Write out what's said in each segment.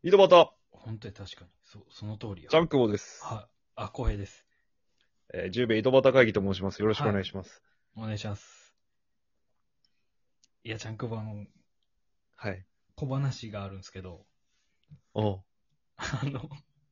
井戸端、 本当に確かに。その通りや。 ジャンクボです。 はい。あ、浩平です。 10名井戸端会議と申します。よろしくお願いします。 お願いします。いや、ジャンクボはい。 小話があるんですけど、 おう。 あの、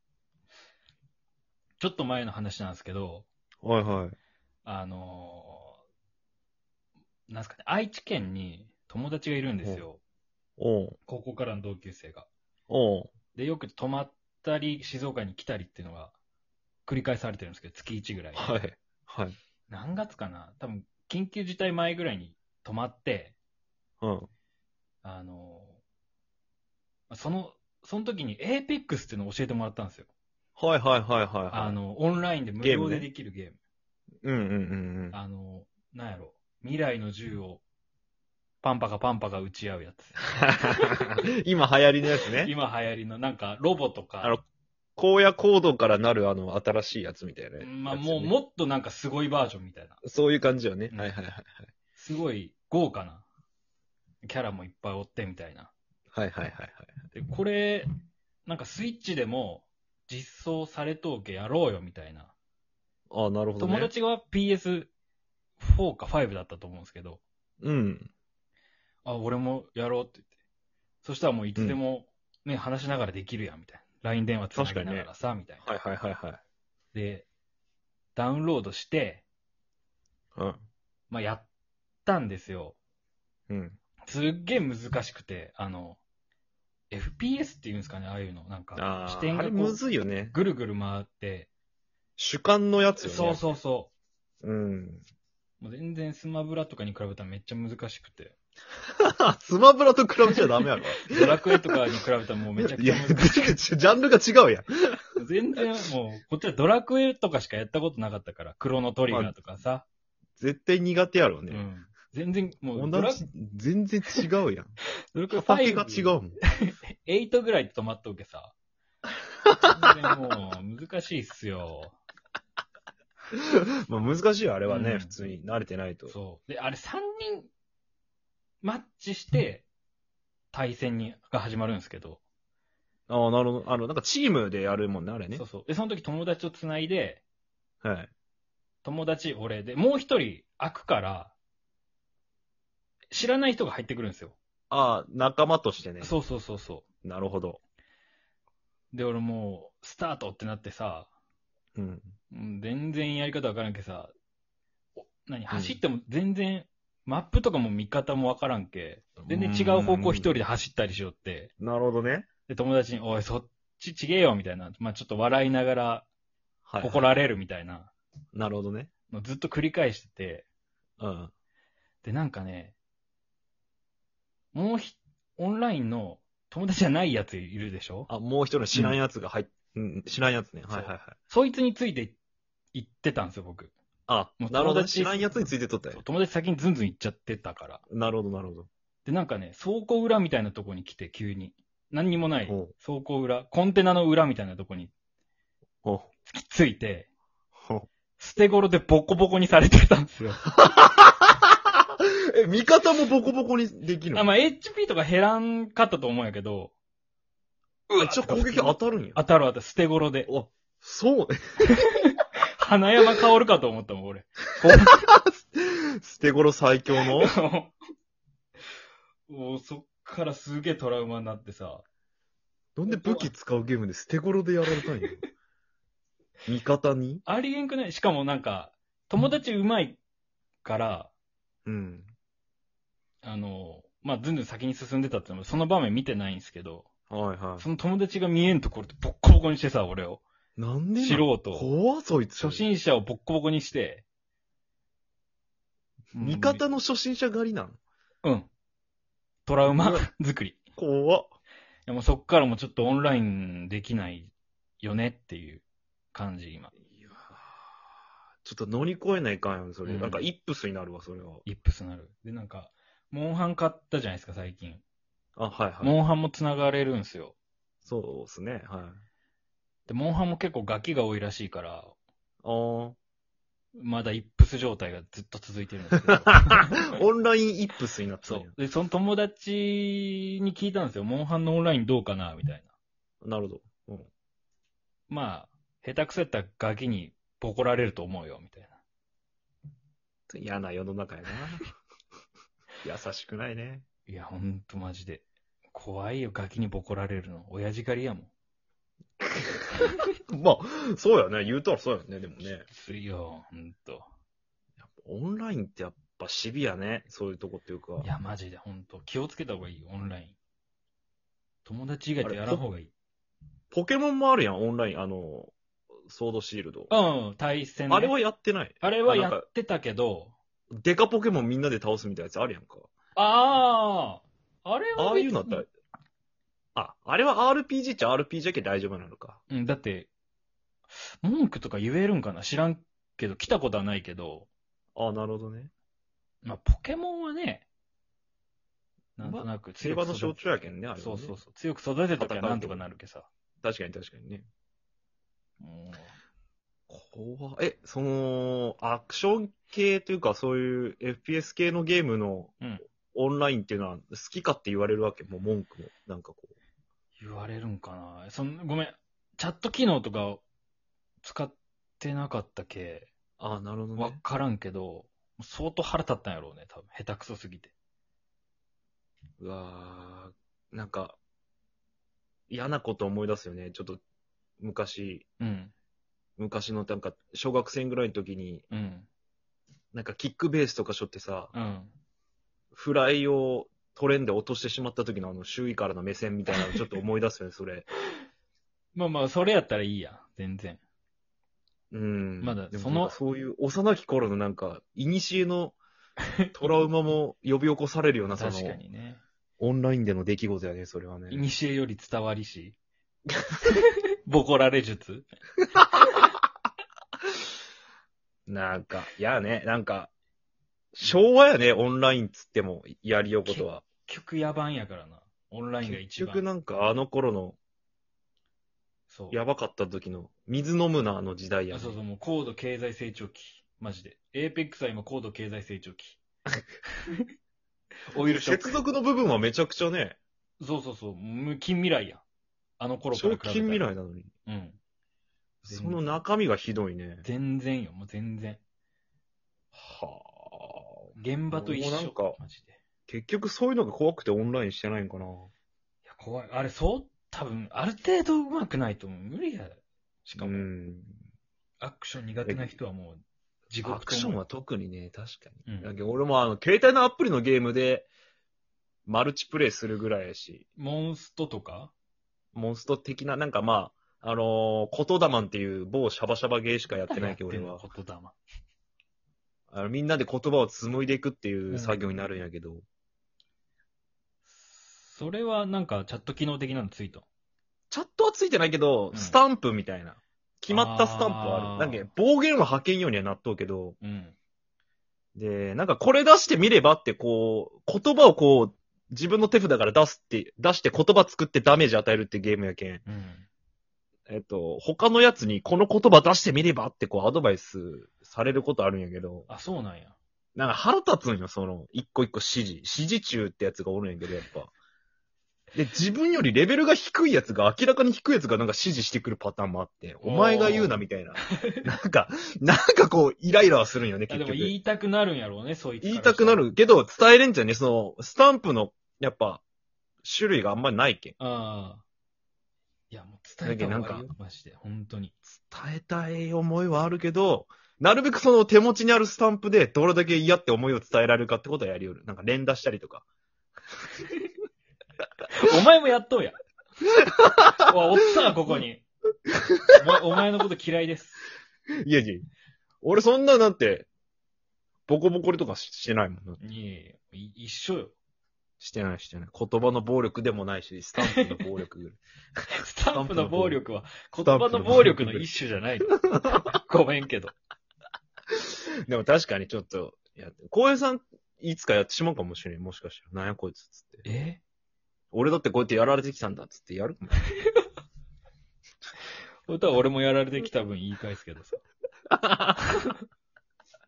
ちょっと前の話なんですけど、 はいはい。 あの、なんすかね、愛知県に友達がいるんですよ。 おう。 高校からの同級生が。 おう。 で、よく泊まったり、静岡に来たりっていうのが繰り返されてるんですけど、月1ぐらいで。 はい。はい。 何月かな多分、緊急事態前ぐらいに泊まって、 うん。 あの、その時に Apex っていうのを教えてもらったんですよ。 はいはいはいはいはい。 オンラインで無料でできるゲーム。 うんうんうんなんやろ。未来の銃をパンパカ撃ち合うやつ。 うん。今流行りのやつね。 今流行りの、なんかロボとか、 荒野行動からなる新しいやつみたいな、ね。 まあもうもっとなんかすごいバージョンみたいな。 そういう感じよね。 うんはいはいはいはい。 すごい豪華なキャラもいっぱいおってみたいな。 はいはいはいはい。 で、これ、なんかスイッチでも実装されとうけやろうよみたいな。 ああ、なるほどね。 友達は PS4 か5だったと思うんですけど、 うん。 あ、俺もやろうって言って。そしたらもういつでもね、話しながらできるやんみたいな。LINE 電話つなぎながらさ、みたいな。 はいはいはいはい。 で、ダウンロードして、 うん。 まあ、やったんですよ。 うん。 すっげえ難しくて、FPS っていうんですかね、ああいうの。なんか、視ああ、 点がこう、 あれむずいよね。 ぐるぐる回って、 主観のやつよね。 そうそうそうん。 う。もう全然スマブラとかに比べたらめっちゃ難しくて。 スマブラと比べちゃダメやろ。 ドラクエとかに比べたらもうめちゃくいや、 ちゃ難しい。 ジャンルが違うやん。 全然もう、こっちはドラクエとかしかやったことなかったから、クロノトリガーとかさ。 絶対苦手やろうね。 うん。全然、もう同じ、全然違うやん。 ドラクエ畑が 5、 違うもん。 8ぐらいで止まっとけさ。全然もう、難しいっすよ。 まあ難しいよ、あれはね、 うん普通に。慣れてないと。 そう。で、あれ3人マッチして、対戦が始まるんですけど。 ああ、なるほど。なんかチームでやるもんね、あれねそう。そう。で、その時友達と繋いで、 はい。 友達俺で、もう一人開くから、知らない人が入ってくるんですよ。 ああ、仲間としてね。 そうそうそうそなるほど。 う。で、俺もう、スタートってなってさ、 うん。 全然やり方わからんけさ、走っても全然、マップとかも見方もわからんけ、全然違う方向一人で走ったりしよって、 なるほどね。 で、友達に、おい、そっちちげえよ、みたいな。まあちょっと笑いながらはい、はい。 怒られるみたいななるほどね。 のずっと繰り返してて、 うん。 で、なんかね、オンラインの友達じゃないやついるでしょ。 あ、もう一人知らんやつが知らんやつね。はいはいはい。 そいつについて行ってたんですよ、僕。 あ、 もうなるほどね。 友達知らんやつについてとったよ。 友達先にズンズン行っちゃってたから。 なるほどなるほど。 で、なんかね、倉庫裏みたいなとこに来て、急に。何にもないほう。 倉庫裏、コンテナの裏みたいなとこにほう。 ついて、 ほう。 捨て頃でボコボコにされてたんですよ。 味方もボコボコにできるの？ まあ、HP とか減らんかったと思うんやけど、 一応攻撃当たるんや。 当たる捨て頃で。 あ、そうね。 花山香るかと思ったもん、俺。 捨て頃最強のもうそっからすげえトラウマになってさ。 なんで武器使うゲームで捨て頃でやられたんや。味方にありえんくない？しかもなんか、友達上手いから、 うん。 まあ、ずんずん先に進んでたってのも、その場面見てないんですけど、 はいはその友達が見えんところでボッコボコにしてさ、俺を。 い。なんで素人。 怖っそいつ。 初心者をボッコボコにして、 味方の初心者狩りなん？ うん。トラウマ作り。い怖っ。 やもうそっからもうちょっとオンラインできないよねっていう感じ、今。 いやーちょっと乗り越えないかんよ、それ。 うんなんかイップスになるわ、それは。 イップスなる。で、なんか、モンハン買ったじゃないですか、最近。 あ、はいはい。 モンハンも繋がれるんすよ。 そうですね、はい。 で、モンハンも結構ガキが多いらしいから、 あー。 まだイップス状態がずっと続いてるんですけど。 オンラインイップスになってたんや。 そう。で、その友達に聞いたんですよ。モンハンのオンラインどうかなみたいな。 なるほど。うん。 まあ、下手くそやったらガキにボコられると思うよ、みたいな。 嫌な世の中やな。優しくないね。 いや、ほんとマジで。怖いよ、ガキにボコられるの。親父狩りやもん。 まあ、そうやね。言うたらそうやね。でもね。 きついよ、ほんと。 オンラインってやっぱシビアね。そういうとこっていうか。 いや、マジでほんと。気をつけた方がいいよ、オンライン。友達以外とやらん方がいい。 ポケモンもあるやん、オンライン。ソードシールド。 うん、対戦ね。 あれはやってない。 あれはやなんかってたけど、 デカポケモンみんなで倒すみたいなやつあるやんか。 ああ、あれはああいうのあったら別に、 あれは RPG っちゃ RPG だけ大丈夫なのか。 うん、だって、文句とか言えるんかな知らんけど、来たことはないけど、 ああ、なるほどね。 まあ、ポケモンはね、なんとなく平和の象徴やけんね、あれは、ね。 そうそうそう。強く育てときゃなんとかなるけさ。 確かに確かにね。 もアクション系というか、そういう FPS 系のゲームのうんオンラインっていうのは好きかって言われるわけ。もう文句も。なんかこう。 言われるんかなごめん。チャット機能とか使ってなかったけ、 ああ、なるほどわね。 からんけど、相当腹立ったんやろうね、多分。下手くそすぎて。 うわー、なんか、嫌なこと思い出すよね。ちょっと、昔うん。 のなんか、小学生ぐらいの時に、 うん。 なんかキックベースとかしょってさ、 うん。 フライをトレンで落としてしまった時の周囲からの目線みたいなのちょっと思い出すよね、それ。 まあまあ、それやったらいいやん。全然。まだでもそのなんかそういう幼き頃のなんか、古のトラウマも呼び起こされるような、その、 確かにね。 オンラインでの出来事やね、それはね。 古より伝わりし。ボコられ術。 なんか、いやね、なんか、昭和やね、オンラインつっても、やりようことは。 結局野蛮やからな。オンラインが一結局番。 なんかあの頃の、 そう。 やばかった時の、水飲むなの時代やね。 そうそう、もう高度経済成長期。マジで。エーペックスは今高度経済成長期。オイルショック。 接続の部分はめちゃくちゃね、 そうそうそう。近未来やん。あの頃から比べたら。 超近未来なのに。 うん。 その中身がひどいね。 全然よ、もう全然。 はあ。 現場と一緒。 もうなんかマジで。 結局そういうのが怖くてオンラインしてないんかな。 いや、怖い。あれ、多分、ある程度上手くないと無理や。しかも、アクション苦手な人はもう、地獄と思う。 アクションは特にね、確かに。 うんだけど俺も携帯のアプリのゲームで、マルチプレイするぐらいやし、 モンストとかモンスト的な、なんかまあ、言霊っていう某シャバシャバゲーしかやってないけど俺は。 言霊。 みんなで言葉を紡いでいくっていう作業になるんやけど。 それはなんかチャット機能的なのついた。 チャットはついてないけど、 うんスタンプみたいな。決まったスタンプはある。 あーなんか暴言は吐けんようにはなっとうけど、 うん。 で、なんかこれ出してみればってこう、言葉をこう、自分の手札から出して言葉作ってダメージ与えるってゲームやけん。 うん。 他のやつにこの言葉出してみればってこうアドバイスされることあるんやけど、 あ、そうなんや。 なんか腹立つんよ、その、一個一個指示中ってやつがおるんやけど、やっぱ。で、自分よりレベルが低いやつが、明らかに低いやつがなんか指示してくるパターンもあって、お前が言うなみたいな。なんかこう、イライラはするんよね、 あで結局。 も言いたくなるんやろうね、そいつから言いたくなるけど、伝えれんじゃんね、その、スタンプの、やっぱ、種類があんまりないけん。 ああ。いや、もう伝えた方がいいよ、マジで。本当に。 伝えたい思いはあるけど、なるべくその手持ちにあるスタンプでどれだけ嫌って思いを伝えられるかってことはやりよる。なんか連打したりとか。 お前もやっとうや。おったわ、ここに。お前のこと嫌いです。 いやいや、俺そんななんて、ボコボコりとかしてないもん。 いえいえ、一緒よ。 してない。言葉の暴力でもないし、スタンプの暴力。 スタンプの暴力は、言葉の暴力の一種じゃないの。ごめんけど。 でも確かにちょっと、浩平さん、いつかやってしまうかもしれん。もしかしたら。なんやこいつ、つって。 え俺だってこうやってやられてきたんだ、つってやるかも。 本当は俺もやられてきた分言い返すけどさ。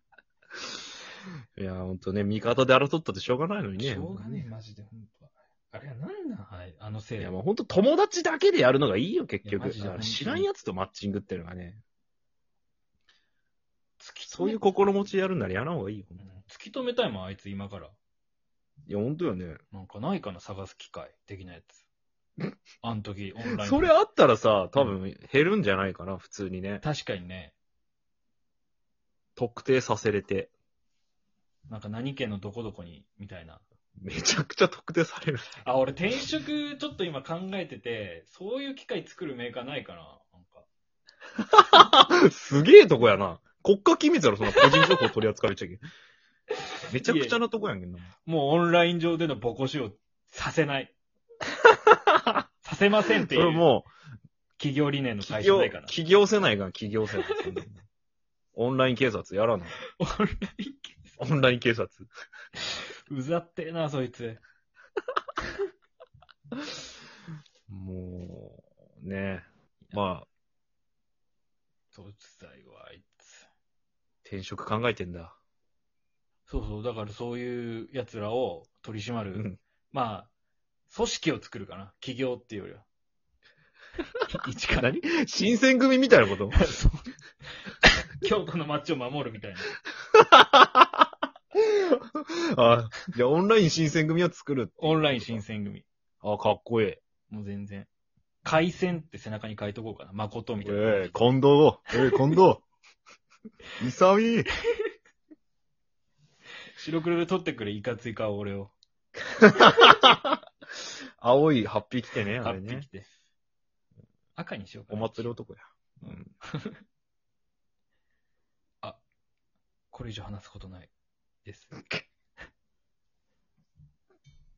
いや、ほんとね、味方で争ったってしょうがないのにね。 しょうがねえ、マジで、本当は。 あれはなんなんはい、あのせい。 いやもうほんと友達だけでやるのがいいよ、結局。 いやマジで知らんやつとマッチングっていうのがね。 突き止めそういう心持ちやるんならやらん方がいいよ。 うん突き止めたいもん、あいつ今から。 いや、ほんとよね。 なんかないかな、探す機会的なやつ。あん時、オンライン。 それあったらさ、多分減るんじゃないかな、普通にね。 確かにね。 特定させれて。 なんか何県のどこどこに、みたいな。 めちゃくちゃ特定される。 あ、俺転職ちょっと今考えてて、そういう機械作るメーカーないかななんか。 すげえとこやな。国家機密やろ、その個人情報取り扱われちゃいけん。めちゃくちゃなとこやんけんな。 もうオンライン上でのボコ死をさせない。させませんっていうそれも企業理念のう、 会社ないかな。 企業せないが企業せない。そんなのオンライン警察やらない。 オンライン系オンライン警察。 うざってえな、そいつ。 もう、ね。まあ、 そうざいわ、あいつ。 転職考えてんだ。 そうそう、だからそういう奴らを取り締まる。 うん。 まあ、組織を作るかな。企業っていうよりは。一から。 何新選組みたいなことそう京都の街を守るみたいな。 あ、じゃあオンライン新選組を作るっていうことか。 オンライン新選組。 あ、かっこいい。 もう全然。海戦って背中に書いとこうかな。誠みたいな。 近藤。近藤。イサミ。 白黒で取ってくれ、いかつい顔、俺を。 青いハッピー着てね、あれね 8匹。て。赤にしようかおな。 祭り男や。うん。 これ以上話すことないです。